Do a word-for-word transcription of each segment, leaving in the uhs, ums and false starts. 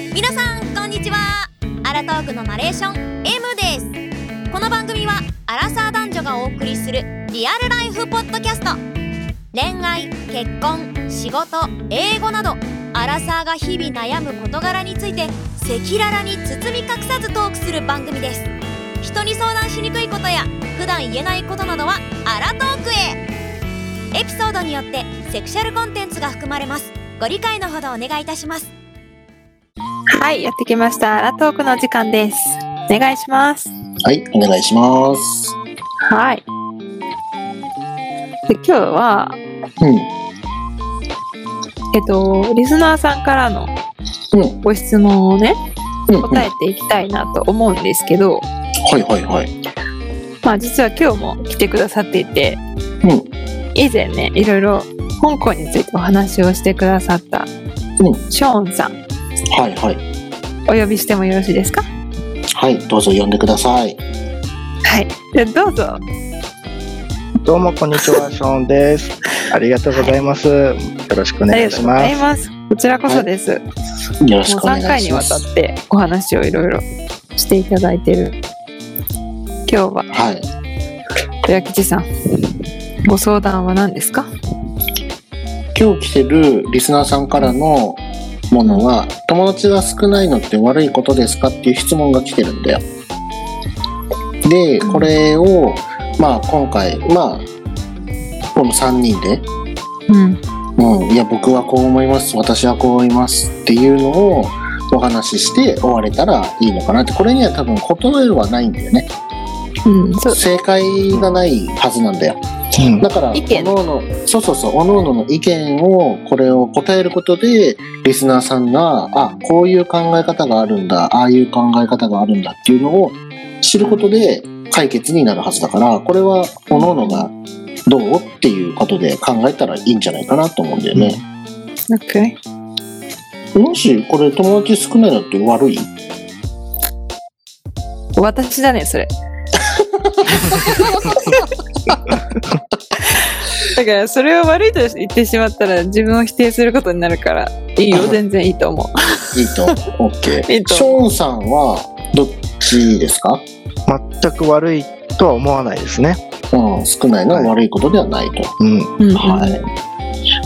皆さんこんにちは。アラトークのナレーション エム です。この番組はアラサー男女がお送りするリアルライフポッドキャスト。恋愛、結婚、仕事、英語などアラサーが日々悩む事柄について赤裸々に包み隠さずトークする番組です。人に相談しにくいことや普段言えないことなどはアラトークへ。エピソードによってセクシャルコンテンツが含まれます。ご理解のほどお願いいたします。 はい、やってきましたアラトークの時間です。お願いします。 はい、お願いします。 はい。で今日は、 うん、 えっとリスナーさんからのご質問をね、うん、答えていきたいなと思うんですけど、 はいはいはい。 まあ実は今日も来てくださっていて、 うん、 以前ねいろいろ香港についてお話をしてくださった、うん、ショーンさん、 はいはい、 お呼びしてもよろしいですか？ はい、どうぞ呼んでください。 はい、でどうぞ。 どうもこんにちは、ショーンです。ありがとうございます。よろしくお願いします。 ありがとうございます。こちらこそです。はい、 よろしくお願いします。 もうさんかいにわたってお話をいろいろしていただいている。今日は、 はい、 豊吉さん、ご相談は何ですか？ 今日来てるリスナーさんからのものは、友達が少ないのって悪いことですかっていう質問が来てるんだよ。で、これをまあ今回まあこのさんにんで、 うんうん、いや僕はこう思います、私はこう思いますっていうのをお話しして終われたらいいのかなって。これには多分答えはないんだよね。 うん、そう正解がないはずなんだよ。うん、だから意見、 おのおのそうそうそう、おのおのの意見をこれを答えることでリスナーさんがあこういう考え方があるんだ、ああいう考え方があるんだっていうのを知ることで解決になるはずだから、これはおのおのがどうっていうことで考えたらいいんじゃないかなと思うんだよね。 うん、OK。 もしこれ友達少ないのって悪い？ 私だねそれ。だからそれを悪いと言ってしまったら自分を否定することになるからいいよ、全然いいと思う。 いいと思う。 OK。 いいとショーンさんはどっちですか？ 全く悪いとは思わないですね。 うん、少ないのは悪いことではないと。 うん、 はい。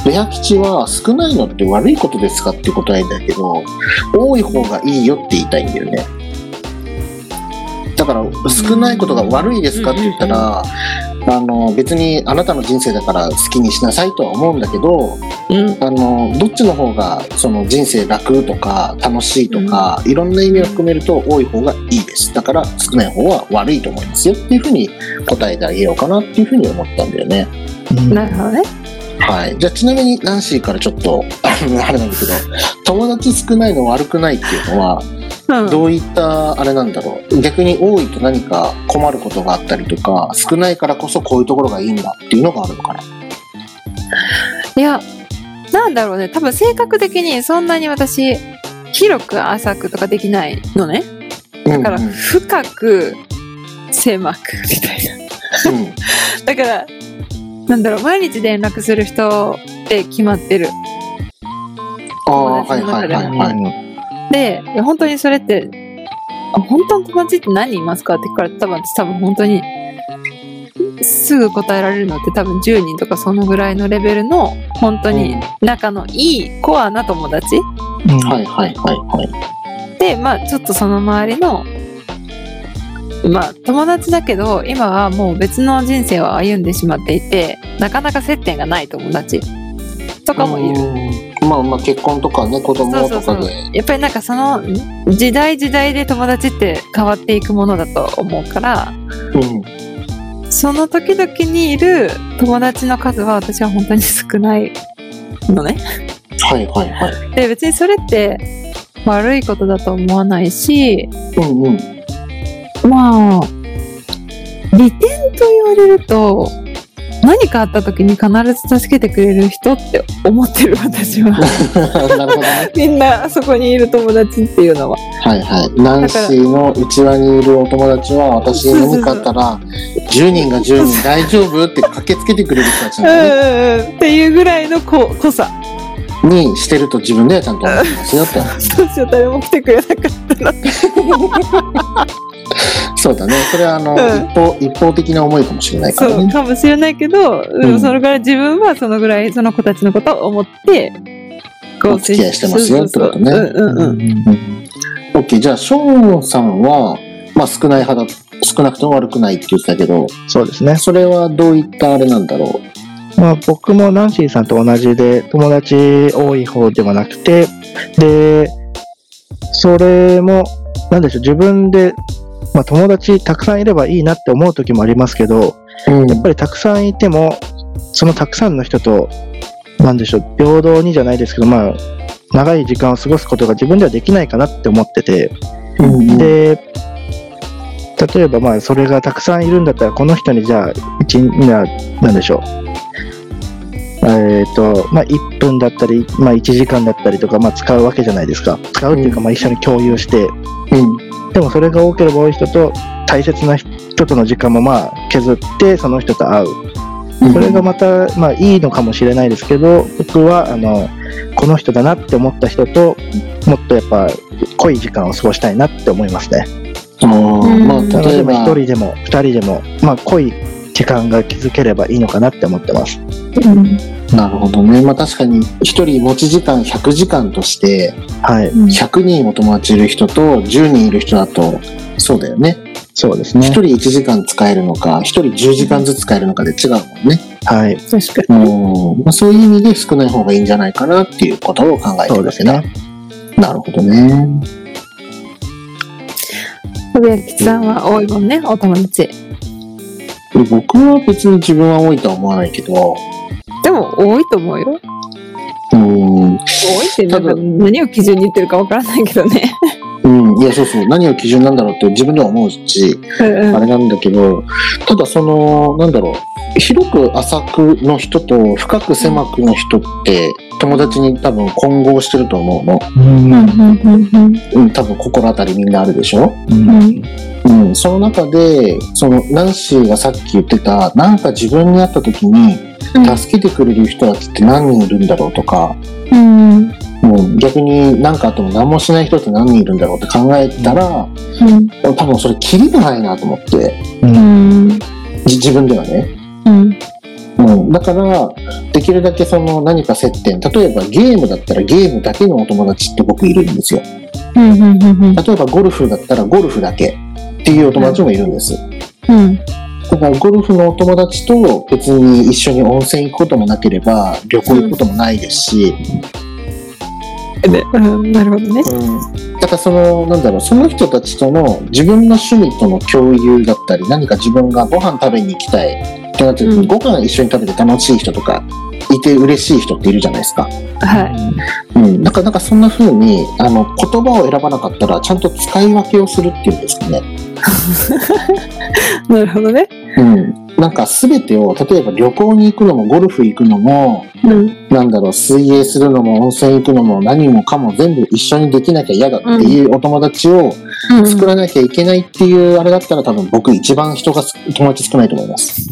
レア吉は少ないのって悪いことですかって答えだけど、多い方がいいよって言いたいんだよね。だから少ないことが悪いですかって言ったら、あの別にあなたの人生だから好きにしなさいとは思うんだけど、 うん、 あのどっちの方がその人生楽とか楽しいとか、うん、いろんな意味を含めると多い方がいいです。だから少ない方は悪いと思いますよっていうふうに答えてあげようかなっていうふうに思ったんだよね。 うん、なるほどね。 はい。じゃあちなみにナンシーからちょっとあれなんだけど、友達少ないの悪くないっていうのは、うん、どういったあれなんだろう。逆に多いと何か困ることがあったりとか、少ないからこそこういうところがいいんだっていうのがあるのかな。 いや、なんだろうね。多分性格的にそんなに私広く浅くとかできないのね。だから深く狭くみたいな。うん、だからなんだろう、毎日連絡する人って決まってる。 ああ、はいはいはいはい。 で、いや本当にそれって本当の友達って何人いますかって聞かれて、多分私多分本当にすぐ答えられるのって多分じゅうにんとかそのぐらいのレベルの本当に仲のいいコアな友達、 うん、はいはいはいはい。 で、まあちょっとその周りのまあ友達だけど今はもう別の人生を歩んでしまっていて、なかなか接点がない友達とかもいる。 まあまあ結婚とかね、子供とかで。 そうそうそう、やっぱりなんかその時代時代で友達って変わっていくものだと思うから、うん、その時々にいる友達の数は私は本当に少ないのね。 はいはいはい。 で別にそれって悪いことだと思わないし、 うんうん、 まあ利点と言われると何かあった時に必ず助けてくれる人って思ってる私は。 なるほどね。 みんなそこにいる友達っていうのは。 はいはい。ナンシーの内輪にいるお友達は私に何かあったらじゅうにんがじゅうにん大丈夫って駆けつけてくれる人たちなのね。 うんっていうぐらいのこ濃さ。 にしてると自分ではちゃんと思ってますよと。 どうしよう、誰も来てくれなかったら。 そうだね。それはあの、 うん一方一方的な思いかもしれないからそうね。 かもしれないけど、うんうんそのぐらい自分はそのぐらいその子たちのことを思ってこお付き合いしてますよってことねそうそうそううんうんうんオッケー、じゃあショーンさんはまあ少ない派だ、少なくとも悪くないって言ってたけど、 そうですね。 それはどういったあれなんだろまあ、僕もナンシーさんと同じで友達多い方ではなくて、でそれもなんでしょう、自分で、まあ、友達たくさんいればいいなって思う時もありますけど、 う。うんやっぱりたくさんいてもそのたくさんの人となんでしょう、平等にじゃないですけど、まあ長い時間を過ごすことが自分ではできないかなって思ってて、 うんで例えばまあそれがたくさんいるんだったらこの人にじゃあ一ななんでしょう、えーとまあ、いっぷんだったり、まあ、いちじかんだったりとか、まあ、使うわけじゃないですか。使うっていうか、まあ、一緒に共有して、 うんでもそれが多ければ多い人と大切な人との時間もまあ削ってその人と会う、それがまた、まあ、いいのかもしれないですけど、僕はあのこの人だなって思った人ともっとやっぱ濃い時間を過ごしたいなって思いますね。 あーまあうん例えば例えばひとりでもふたりでも、まあ、濃い時間が築ければいいのかなって思ってます。 うんなるほどね。まあ確かに一人持ち時間ひゃくじかんとしてはい、 うんひゃくにんお友達いる人とじゅうにんいる人だとそうだよね。 そうですね。 一人いちじかん使えるのか一人じゅうじかんずつ使えるのかで違うもんね。 はい、 確かにうんまあ、そういう意味で少ない方がいいんじゃないかなっていうことを考えてそうでするわけだ。 ね。 なるほどね。 小きさんは多いもんね、お友達。 僕は別に自分は多いとは思わないけど、 でも多いと思うよ。 うん、 多いってなんか多何を基準に言ってるかわからないけどね。 うん、いやそうそう何を基準なんだろうって自分では思うし、 うんあれなんだけど、ただそのなんだろう、広く浅くの人と深く狭くの人って友達に多分混合してると思うの。 うんうんうんうんうん、多分心当たりみんなあるでしょ。 うんうんうん、その中でそのナンシーがさっき言ってたなんか自分に会った時にうん助けてくれる人たちって何人いるんだろうとか、 うんもう逆に何かあっても何もしない人って何人いるんだろうって考えたら、 うん多分それキリがないなと思ってううんんじ自分ではね。 うんうん、だからできるだけその何か接点、例えばゲームだったらゲームだけのお友達って僕いるんですよ。 うんうんうん例えばゴルフだったらゴルフだけっていうお友達もいるんです。 うんだからゴルフのお友達と別に一緒に温泉行くこともなければ旅行行くこともないですし、 でうんなるほどね。 うん、だからそのなんだろう、その人たちとの自分の趣味との共有だったり、何か自分がご飯食べに行きたいってなって、 うんご飯一緒に食べて楽しい人とかいて嬉しい人っているじゃないですか。 はい。 うん、だからなんかそんな風にあの言葉を選ばなかったらちゃんと使い分けをするっていうんですかね。 なるほどね。 うん、なんか全てを、例えば旅行に行くのもゴルフ行くのもうんなんだろう、水泳するのも温泉行くのも何もかも全部一緒にできなきゃ嫌だっていうお友達をうん作らなきゃいけないっていうあれだったら多分僕一番人がす友達少ないと思います。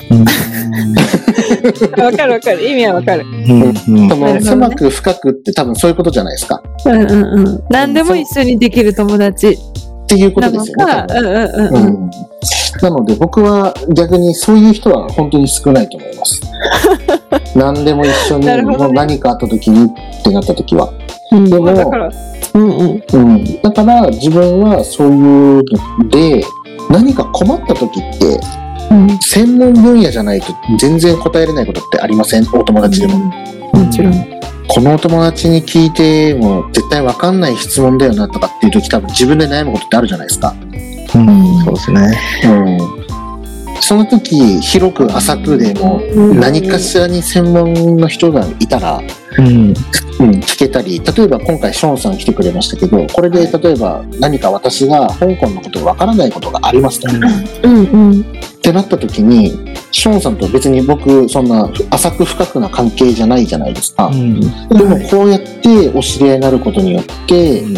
わかるわかる。意味はわかる。 うんうんそのなるほどね狭く深くって多分そういうことじゃないですかうんうんうん。何でも一緒にできる友達っていうことなのですよね。 か。 多分うんうんうんうん。 うん、なので僕は逆にそういう人は本当に少ないと思います。何でも一緒に、 なるほどねもう何かあった時にってなった時は、 うんでもだから、うんうん。 うん、だから自分はそういうので何か困った時ってうん専門分野じゃないと全然答えれないことってありません？お友達でも、 もちろん。 このお友達に聞いても絶対分かんない質問だよなとかっていう時多分自分で悩むことってあるじゃないですか。 うんそうですね。 うんその時広く浅くでも何かしらに専門の人がいたら、 うんうん、聞けたり、例えば今回ショーンさん来てくれましたけど、これで例えば何か私が香港のことがわからないことがありますと、 うんうん。 ってなった時にショーンさんと別に僕そんな浅く深くな関係じゃないじゃないですか、 うんでもこうやってお知り合いになることによって、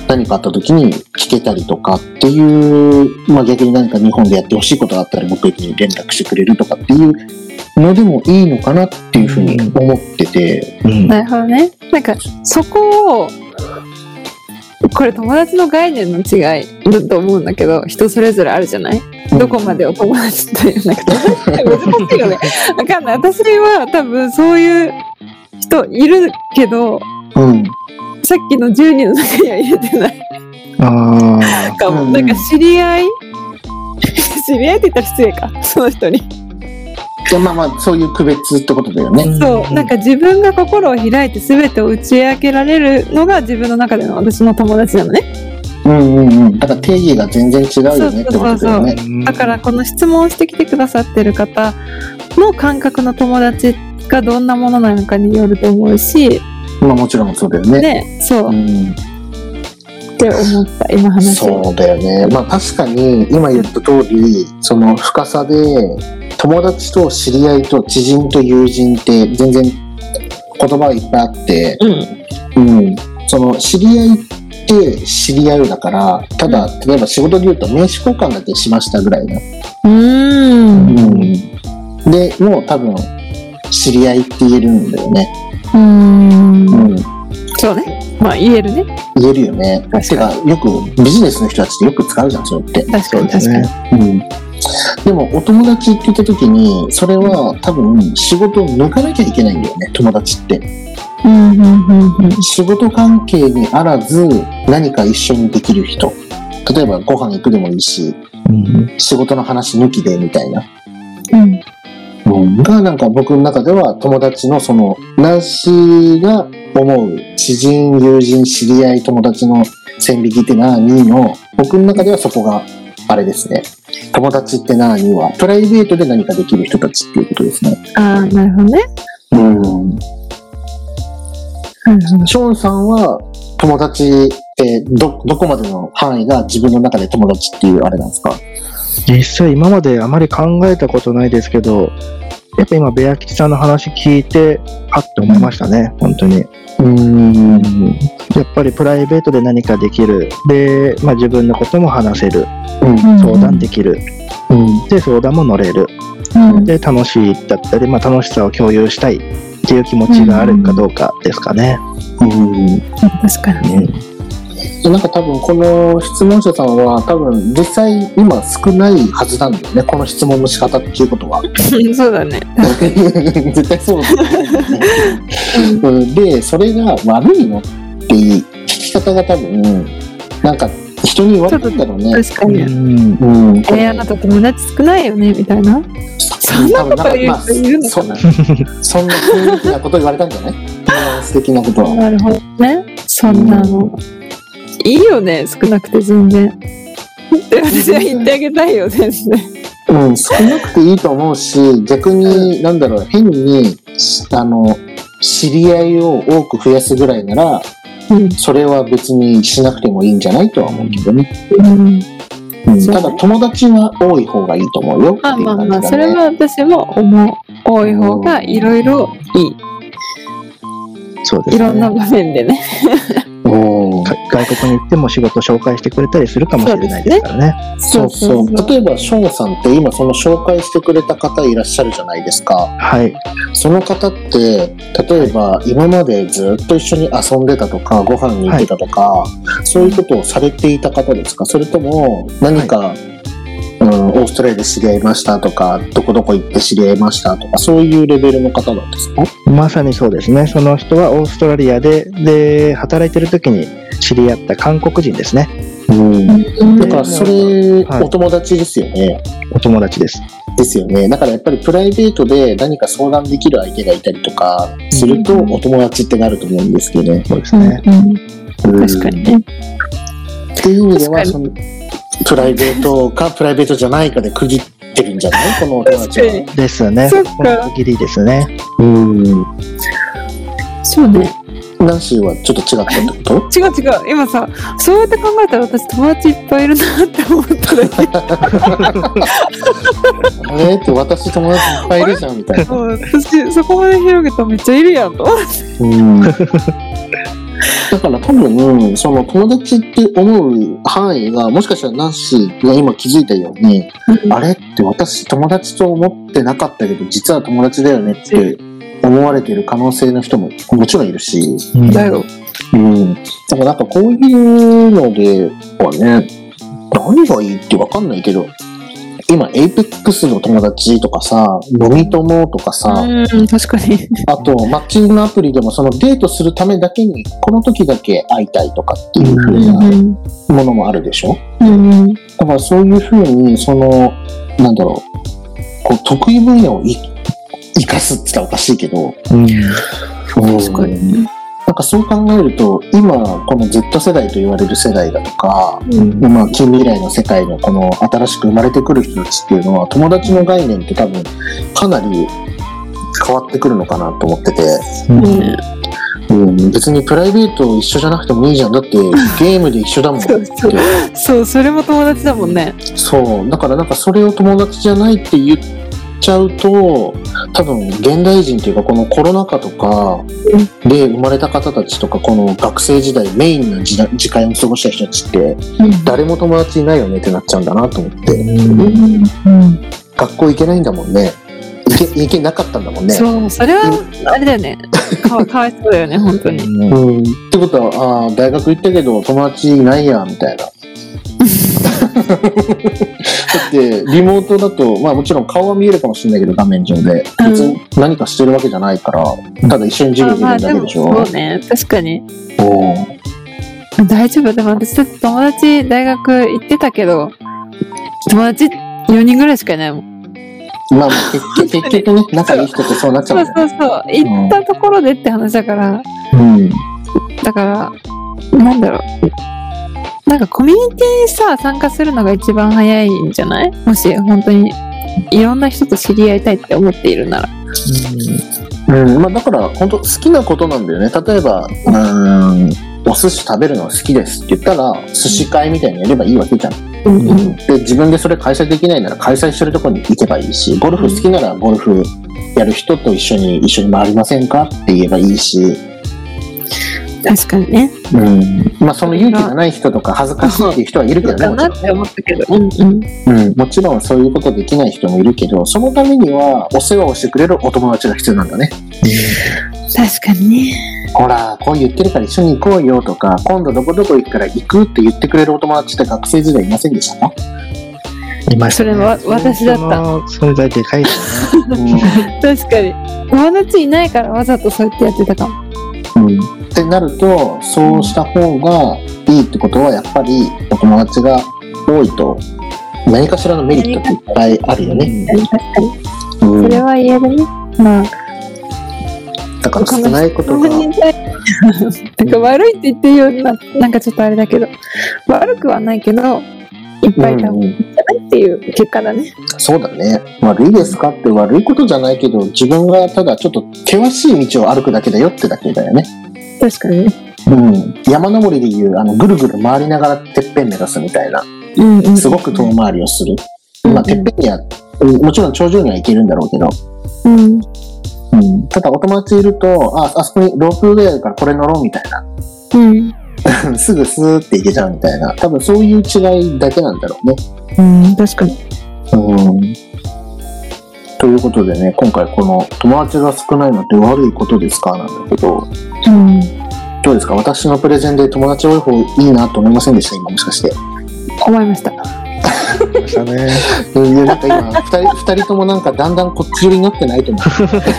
何かあった時に聞けたりとかっていう、まあ逆に何か日本でやってほしいことがあったら僕に連絡してくれるとかっていうのでもいいのかなっていうふうに思ってて、 うん、 なるほどね。なんかそこをこれ友達の概念の違いだと思うんだけど、人それぞれあるじゃない、うん、どこまでお友達というなんか難しいよね。わかんない。私は多分そういう人いるけど、うん、さっきのじゅうにんの中には入れてない。あかも、うん、なんか知り合い知り合いって言ったら失礼か、その人に。 いやまあまあそういう区別ってことだよね。 そう、なんか自分が心を開いて全てを打ち明けられるのが自分の中での私の友達なのね。 うんうんうん。だから定義が全然違うよねってことだよね。 そうそうそう。だからこの質問してきてくださってる方の感覚の友達がどんなものなのかによると思うし。 まあもちろんそうだよね。 ね、そう。うんって思った今話。 そうだよね。まあ確かに今言った通り、その深さで友達と知り合いと知人と友人って全然言葉がいっぱいあって、うんうん、その知り合いって知り合いだから、ただ例えば仕事で言うと名刺交換だけしましたぐらいな。うーん、うん、でもう多分知り合いって言えるんだよね。うーん、うん、 そうね。まあ言えるね。 言えるよね。てかよくビジネスの人たちってよく使うじゃん、そうやって。 確かに確かに。うん。 でもお友達って言った時にそれは多分仕事を抜かなきゃいけないんだよね、友達って。うんうんうんうん、仕事関係にあらず何か一緒にできる人、例えばご飯行くでもいいし、うん、仕事の話抜きでみたいな、うんうん、がなんか僕の中では友達のそのナンシーが思う知人友人知り合い友達の線引きって何の僕の中ではそこがあれですね。友達って何はプライベートで何かできる人たちっていうことですね。 ああ、なるほどね。うん。 ショーンさんは友達ってどどこまでの範囲が自分の中で友達っていうあれなんですか？ 実際今まであまり考えたことないですけど、やっぱ今ベア吉さんの話聞いてはって思いましたね、本当に。うーん、やっぱりプライベートで何かできる、で、まあ、自分のことも話せる、うん、相談できる、うん、で相談も乗れる、うん、で楽しいだったり、まあ、楽しさを共有したいっていう気持ちがあるかどうかですかね。うん、うん、 確かにね。 なんか多分この質問者さんは多分実際今少ないはずなんだよね、この質問の仕方っていうことは。 そうだね。 絶対そうだね。で、それが悪いのっていう聞き方が多分なんか人に言われたんだろうね。 確かに。うん、えー、あなた友達少ないよねみたいな。そんなこと言う人いるのかな。 そんな雰囲気なこと言われたんじゃない？素敵なことは。 なるほどね。そんなの。うん、いいよね、少なくて全然。って私は言ってあげたいよ、全然。 うん、少なくていいと思うし、逆に、なんだろう、変に、あの、知り合いを多く増やすぐらいなら、うん、それは別にしなくてもいいんじゃないとは思うけどね。うんうん、ただ、友達は多い方がいいと思うよ。 まあまあまあ、それは私も思う。多い方がいろいろいい。 そうですね。 いろんな場面でね。 外国に行っても仕事紹介してくれたりするかもしれないですからね。 そうそう。例えばショーンさんって今その紹介してくれた方いらっしゃるじゃないですか。はい。その方って例えば今までずっと一緒に遊んでたとかご飯に行ってたとか、はい、そういうことをされていた方ですか？それとも何か、はい、うん、オーストラリアで知り合いましたとか、どこどこ行って知り合いましたとか、そういうレベルの方なんですか？ まさにそうですね。その人はオーストラリアでで働いてる時に知り合った韓国人ですね。うん。 だからそれ、はい、お友達ですよね。 お友達です。 ですよね。だからやっぱりプライベートで何か相談できる相手がいたりとかすると、お友達ってなると思うんですけどね。 そうですね。 うんうん、確かにね。 っていう意味ではそのプライベートかプライベートじゃないかで区切ってるんじゃない？このお友達は。 ですね。 そっか。区切りですね。 うん。 そうね。 ナンシーはちょっと違ったってこと？ 違う違う。今さ、そうやって考えたら私友達いっぱいいるなって思っただけ。 あれって私友達いっぱいいるじゃんみたいな。 私そこまで広げたらめっちゃいるやんと。うん。 だから多分、その友達って思う範囲が、もしかしたらナンシーが今気づいたように、あれって私友達と思ってなかったけど、実は友達だよねって思われてる可能性の人ももちろんいるし。 だよ。 うん。だからなんかこういうのではね、何がいいってわかんないけど、今、エイペックスの友達とかさ、飲み友とかさ、 うん、確かに。 あと、マッチングのアプリでもそのデートするためだけに、この時だけ会いたいとかっていう風なものもあるでしょ、 うんうん、 だからそういう風に、その、なんだろう、こう得意分野をい生かすって言ったらおかしいけど、 うん、 確かに。 なんかそう考えると、今、この Z 世代と言われる世代だとか、 うん、 まあ、近未来の世界のこの新しく生まれてくる人たちっていうのは、友達の概念って多分、かなり変わってくるのかなと思ってて、うんうん、別にプライベート一緒じゃなくてもいいじゃん。だって、ゲームで一緒だもんって。 そうそう、そう、それも友達だもんね。 そう。だからなんかそれを友達じゃないって言っちゃうと、多分現代人っていうかこのコロナ禍とかで生まれた方たちとか、この学生時代メインな時時間を過ごした人たちって誰も友達いないよねってなっちゃうんだなと思って、うんうん、学校行けないんだもんね。行け、行けなかったんだもんね。 そう、それはあれだよね。かわ、かわいそうだよね、本当に。 うん、ってことは、あ大学行ったけど友達いないやみたいな。だってリモートだと、まあもちろん顔は見えるかもしれないけど、画面上で別に何かしてるわけじゃないから、ただ一緒に授業受けるだけでしょ。 まあ、そうね、確かに。 お大丈夫。でも私だって友達大学行ってたけど、友達よにんぐらいしかいないもん。 まあ結局ね、仲いい人ってそうなっちゃうんだよね。 そうそうそう、行ったところでって話だから、 うん、 だからなんだろう、なんかコミュニティにさ参加するのが一番早いんじゃない？もし本当にいろんな人と知り合いたいって思っているなら。 うんうん、まあだから本当好きなことなんだよね。例えば、うーん、お寿司食べるのが好きですって言ったら寿司会みたいにやればいいわけじゃん。うんうん、で自分でそれ開催できないなら開催してるところに行けばいいし、ゴルフ好きならゴルフやる人と一緒に一緒に回りませんかって言えばいいし。 確かにね。 うん。まあその勇気がない人とか恥ずかしいっていう人はいるけどね。 そうかなって思ったけど。うんうん。 うん。もちろんそういうことできない人もいるけど、そのためにはお世話をしてくれるお友達が必要なんだね。 確かにね。 ほら、こう言ってるから一緒に行こうよとか、今度どこどこ行くから行くって言ってくれるお友達って学生時代いませんでしたか？ いましたね。 それは私だった。 その存在でかいですね。 うん、確かに。友達いないからわざとそうやってやってたかも。 うん。ってなると、そうした方がいいってことはやっぱりお友達が多いと何かしらのメリットっていっぱいあるよね。 確かに。うん、それは言えるね。まあ。 だから少ないことが。なんか悪いって言ってるような、なんかちょっとあれだけど、悪くはないけど、いっぱいいた方がいいんじゃないっていう結果だね。 そうだね。悪いですかって悪いことじゃないけど、自分がただちょっと険しい道を歩くだけだよってだけだよね。 確かに。 うん。山登りでいう、あの、ぐるぐる回りながらてっぺん目指すみたいな。 うんうん、 すごく遠回りをする。うん、まあ、てっぺんには、もちろん頂上には行けるんだろうけど。 うん。 うん。ただ、お友達いると、あ、あそこにロープウェイあるからこれ乗ろうみたいな。 うん。 すぐスーって行けちゃうみたいな。多分そういう違いだけなんだろうね。 うん、確かに。 うん。ということでね、今回この友達が少ないのって悪いことですかなんだけど、 うん、 どうですか？私のプレゼンで友達多い方いいなと思いませんでした？今もしかして。 思いました。 思いましたね。 いやなんか今二人二人ともなんかだんだんこっち寄りになってないと思う。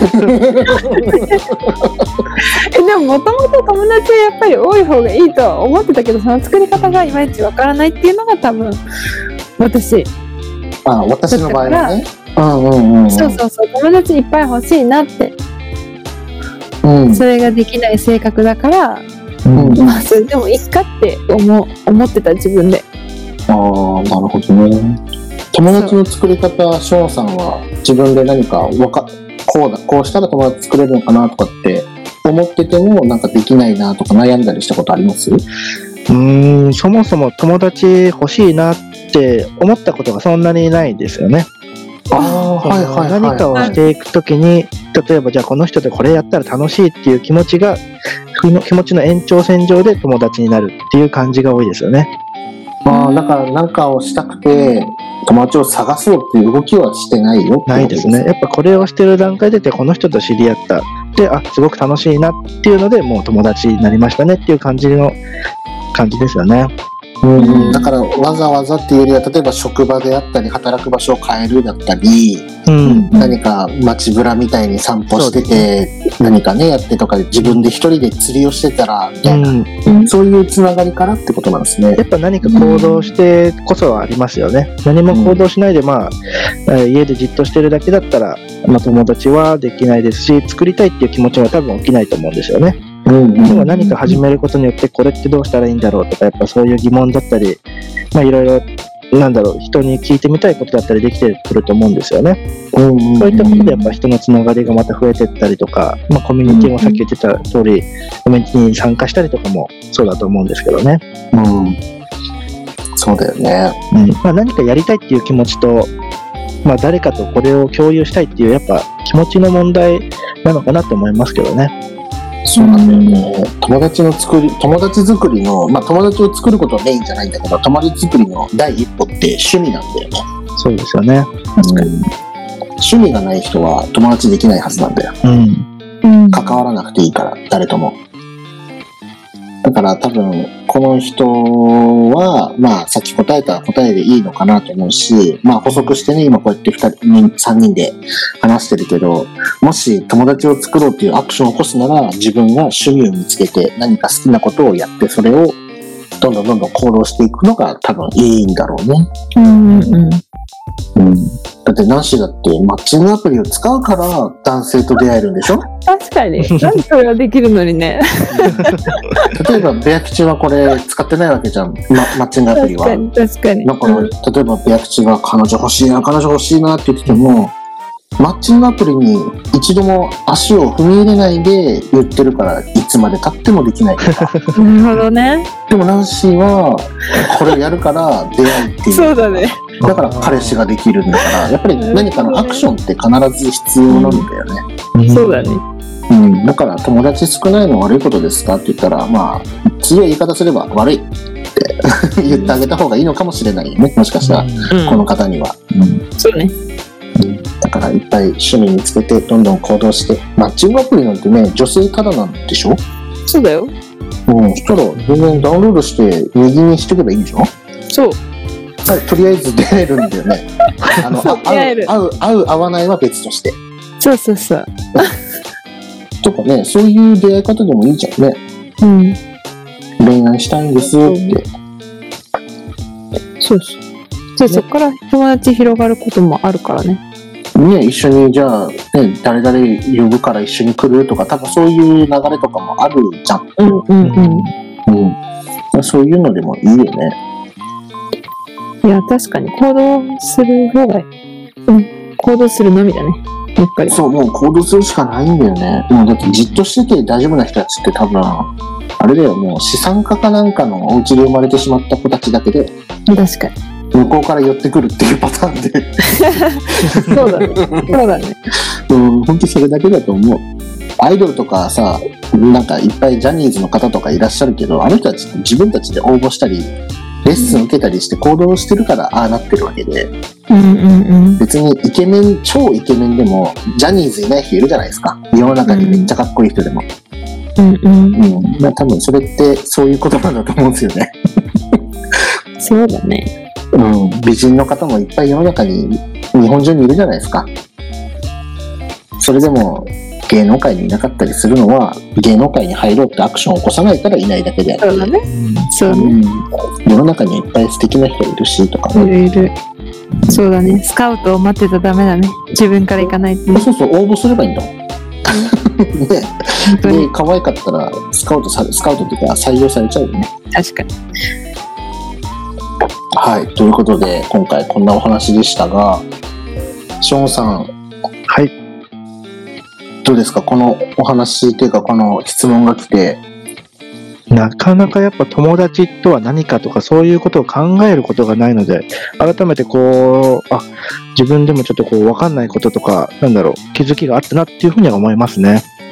えでももともと友達はやっぱり多い方がいいとは思ってたけど、その作り方がいまいちわからないっていうのが多分私。 ああ、私の場合はね。うんうんうん、 そうそうそう、友達いっぱい欲しいなって、うん、それができない性格だから、うん、まあそれでもいいかって思思ってた自分で。 ああ、なるほどね。友達の作り方、ショーンさんは自分で何かわかこうだこうしたら友達作れるのかなとかって思っててもなんかできないなとか悩んだりしたことあります？ うーん、そもそも友達欲しいなって思ったことがそんなにないですよね。 ああ、はいはいはい、 何かをしていくときに、例えばじゃあこの人でこれやったら楽しいっていう気持ちが気の気持ちの延長線上で友達になるっていう感じが多いですよね。 まあ、だから何かをしたくて友達を探そうっていう動きはしてないよってないですね。やっぱこれをしてる段階でこの人と知り合ったで、あ、すごく楽しいなっていうのでもう友達になりましたねっていう感じの感じですよね。 うん、だからわざわざっていうよりは、例えば職場であったり働く場所を変えるだったり、 うん、 何か街ぶらみたいに散歩してて何かねやってとか、自分で一人で釣りをしてたらみたいな、うん、そういうつながりからってことなんですね。 やっぱ何か行動してこそはありますよね。何も行動しないで、まあ、家でじっとしてるだけだったら、まあ、友達はできないですし、作りたいっていう気持ちは多分起きないと思うんですよね。うんうん、でも何か始めることによってこれってどうしたらいいんだろうとか、やっぱそういう疑問だったり、まあいろいろなんだろう、人に聞いてみたいことだったりできてくると思うんですよね。うんうんうん、そういったことでやっぱ人のつながりがまた増えていったりとか、まあ、コミュニティもさっき言ってた通りコミュニティに参加したりとかもそうだと思うんですけどね。 うん、そうだよね。 うんまあ、何かやりたいっていう気持ちと、まあ、誰かとこれを共有したいっていうやっぱ気持ちの問題なのかなと思いますけどね。 そうなんだよね。友達の作り、友達作りの、まあ友達を作ることはメインじゃないんだけど、友達作りの第一歩って趣味なんだよね。 そうですよね。 確かに。うん、趣味がない人は友達できないはずなんだよ。 うん。 関わらなくていいから、誰とも。だから多分、この人は、まあさっき答えた答えでいいのかなと思うし、まあ補足してね、今こうやってふたり、さんにんで話してるけど、もし友達を作ろうっていうアクションを起こすなら、自分が趣味を見つけて何か好きなことをやって、それをどんどんどんどん行動していくのが多分いいんだろうね。 うんうんうんうん、だってナンシーだってマッチングアプリを使うから男性と出会えるんでしょ。 確かに。なんでそれはできるのにね。 例えばベア吉はこれ使ってないわけじゃん、ま、マッチングアプリは。 確かに確かに。 なんか、うん、例えばベア吉が彼女欲しいな彼女欲しいなって言ってても、マッチングアプリに一度も足を踏み入れないで言ってるから、いつまで経ってもできないとか。 なるほどね。 でもナンシーはこれをやるから出会いっていう。 そうだね。 だから彼氏ができるんだから、やっぱり何かのアクションって必ず必要なんだよね。 うん、そうだね。 うん、だから友達少ないの悪いことですかって言ったら、まあ強い言い方すれば悪いって言ってあげた方がいいのかもしれないよね、もしかしたら、うん、この方には、うん、 そうね、 うん、だからいっぱい趣味見つけてどんどん行動して、マッチングアプリなんてね、女性ただなんでしょ。 そうだよ。 うん、そしたら全然ダウンロードして右にしておけばいいんでしょ。 そう、 はい、とりあえず出れるんだよね。あの合う合う合う合わないは別として。 そうそうそう。 とかね、そういう出会い方でもいいじゃんね。 うん。 恋愛したいんですって。 そうそう。じゃあそこから友達広がることもあるからね。 ね、一緒にじゃあ、ね、誰々呼ぶから一緒に来るとか、多分そういう流れとかもあるじゃん。 うんうんうん。 うん。そういうのでもいいよね。 いや、確かに行動する方がいい。うん。行動するのみだね。やっぱり。 そう、もう行動するしかないんだよね。もうだってじっとしてて大丈夫な人たちって多分、あれだよ、もう資産家かなんかのお家で生まれてしまった子たちだけで。 確かに。 向こうから寄ってくるっていうパターンで。 そうだね。そうだね。 うん、本当それだけだと思う。アイドルとかさ、なんかいっぱいジャニーズの方とかいらっしゃるけど、あの人たちって自分たちで応募したり、レッスン受けたりして行動してるからああなってるわけで、 うんうんうん、 別にイケメン、超イケメンでもジャニーズいない人いるじゃないですか。世の中にめっちゃかっこいい人でも。 うんうんうん。 まあ、多分それってそういうことなんだと思うんですよね。 そうだね。 うん、美人の方もいっぱい世の中に日本中にいるじゃないですか。それでも芸能界にいなかったりするのは、芸能界に入ろうってアクションを起こさないからいないだけであって。 そうだね。そうね。 うん、世の中にいっぱい素敵な人いるしとかね。いるいる。そうだね。スカウトを待ってたらダメだね。自分から行かないと、ね。 そうそう、応募すればいいんだもん。ね。で、可愛かったらスカウトされ、スカウトっていうか採用されちゃうよね。 確かに。 はい、ということで今回こんなお話でしたが、ショーンさん、 はい、 どうですか、このお話というかこの質問が来て。 なかなかやっぱ友達とは何かとかそういうことを考えることがないので、改めてこう、あ、自分でもちょっとこう分かんないこととか、なんだろう、気づきがあったなっていうふうには思いますね。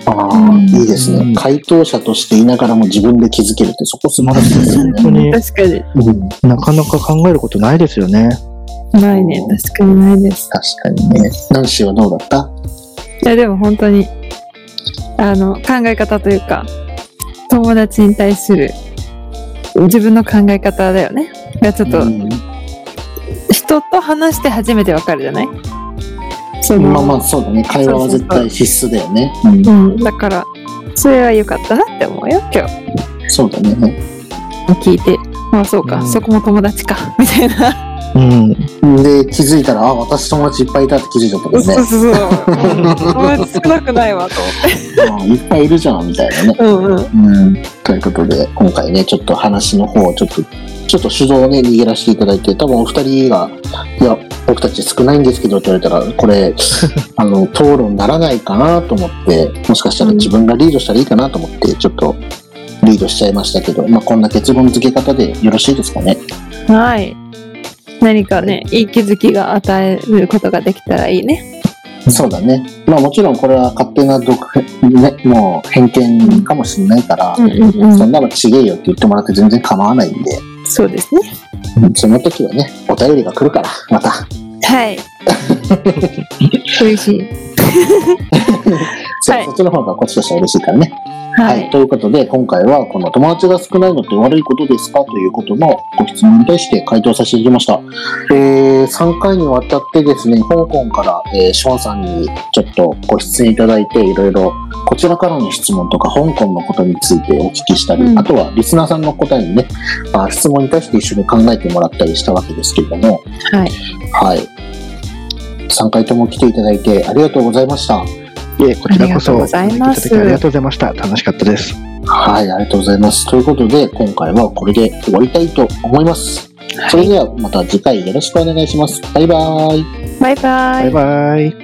ああ、 うんいいですね。回答者としていながらも自分で気づけるって、そこ素晴らしいですよね。 本当に確かに。 うん、 なかなか考えることないですよね。 ないね。確かにないです。 確かにね。ナンシーはどうだった？ いや、でも本当に、あの、考え方というか、友達に対する自分の考え方だよね。がちょっと、 うん人と話して初めてわかるじゃない？そのまあまあそうだね。会話は絶対必須だよね。 うん、だから、それは良かったなって思うよ、今日。 そうだね。 聞いて、ああ、そうか、 うんそこも友達か、みたいな。 うん。 で、気づいたら、あ、私友達いっぱいいたって気づいちゃったもんね。 そうそうそう。友達少なくないわ、と思って。 あいっぱいいるじゃん、みたいなね。 うんうん。 うん。ということで、今回ね、ちょっと話の方をちょっと、ちょっと主導をね、握らせていただいて、多分お二人が、いや、僕たち少ないんですけどって言われたら、これ、あの、討論にならないかなと思って、もしかしたら自分がリードしたらいいかなと思って、ちょっとリードしちゃいましたけど、まあ、こんな結論付け方でよろしいですかね。 はい。何かね、いい気づきが与えることができたらいいね。 そうだね。まあもちろんこれは勝手な独ね、もう偏見かもしれないから、 うんうんうん。 そんなのちげえよって言ってもらって全然構わないんで、 そうですね。 その時はね、お便りが来るから、また。 はい。嬉しい。 そう、 はいそっちの方がこっちとしては嬉しいからね。 ははい。ということで、今回はこの友達が少ないのって悪いことですかということのご質問に対して回答させていただきました。えー、さんかいにわたってですね、香港から、えー、ショーンさんにちょっとご出演いただいて、いろいろこちらからの質問とか香港のことについてお聞きしたり、 うんあとはリスナーさんの答えにね、あ質問に対して一緒に考えてもらったりしたわけですけれども、 はい。 はい。さんかいとも来ていただいてありがとうございました。 いえ、こちらこそ、 ありがとうございますお聞きいただきありがとうございました。楽しかったです。 はい、ありがとうございます。ということで、今回はこれで終わりたいと思います。それではまた次回よろしくお願いします。バイバーイ。 バイバイ。 バイバイ。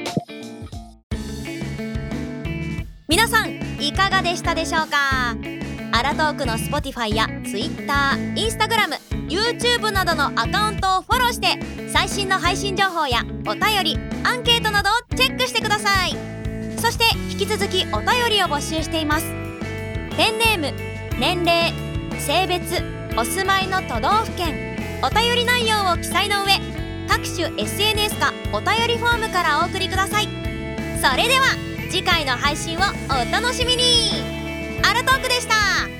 皆さんいかがでしたでしょうか。アラトークの Spotify や Twitter、Instagram、YouTube などのアカウントをフォローして最新の配信情報やお便り、アンケートなどをチェックしてください。そして引き続きお便りを募集しています。ペンネーム、年齢、性別、お住まいの都道府県、お便り内容を記載の上、各種 エスエヌエス かお便りフォームからお送りください。それでは次回の配信をお楽しみに。アラトークでした。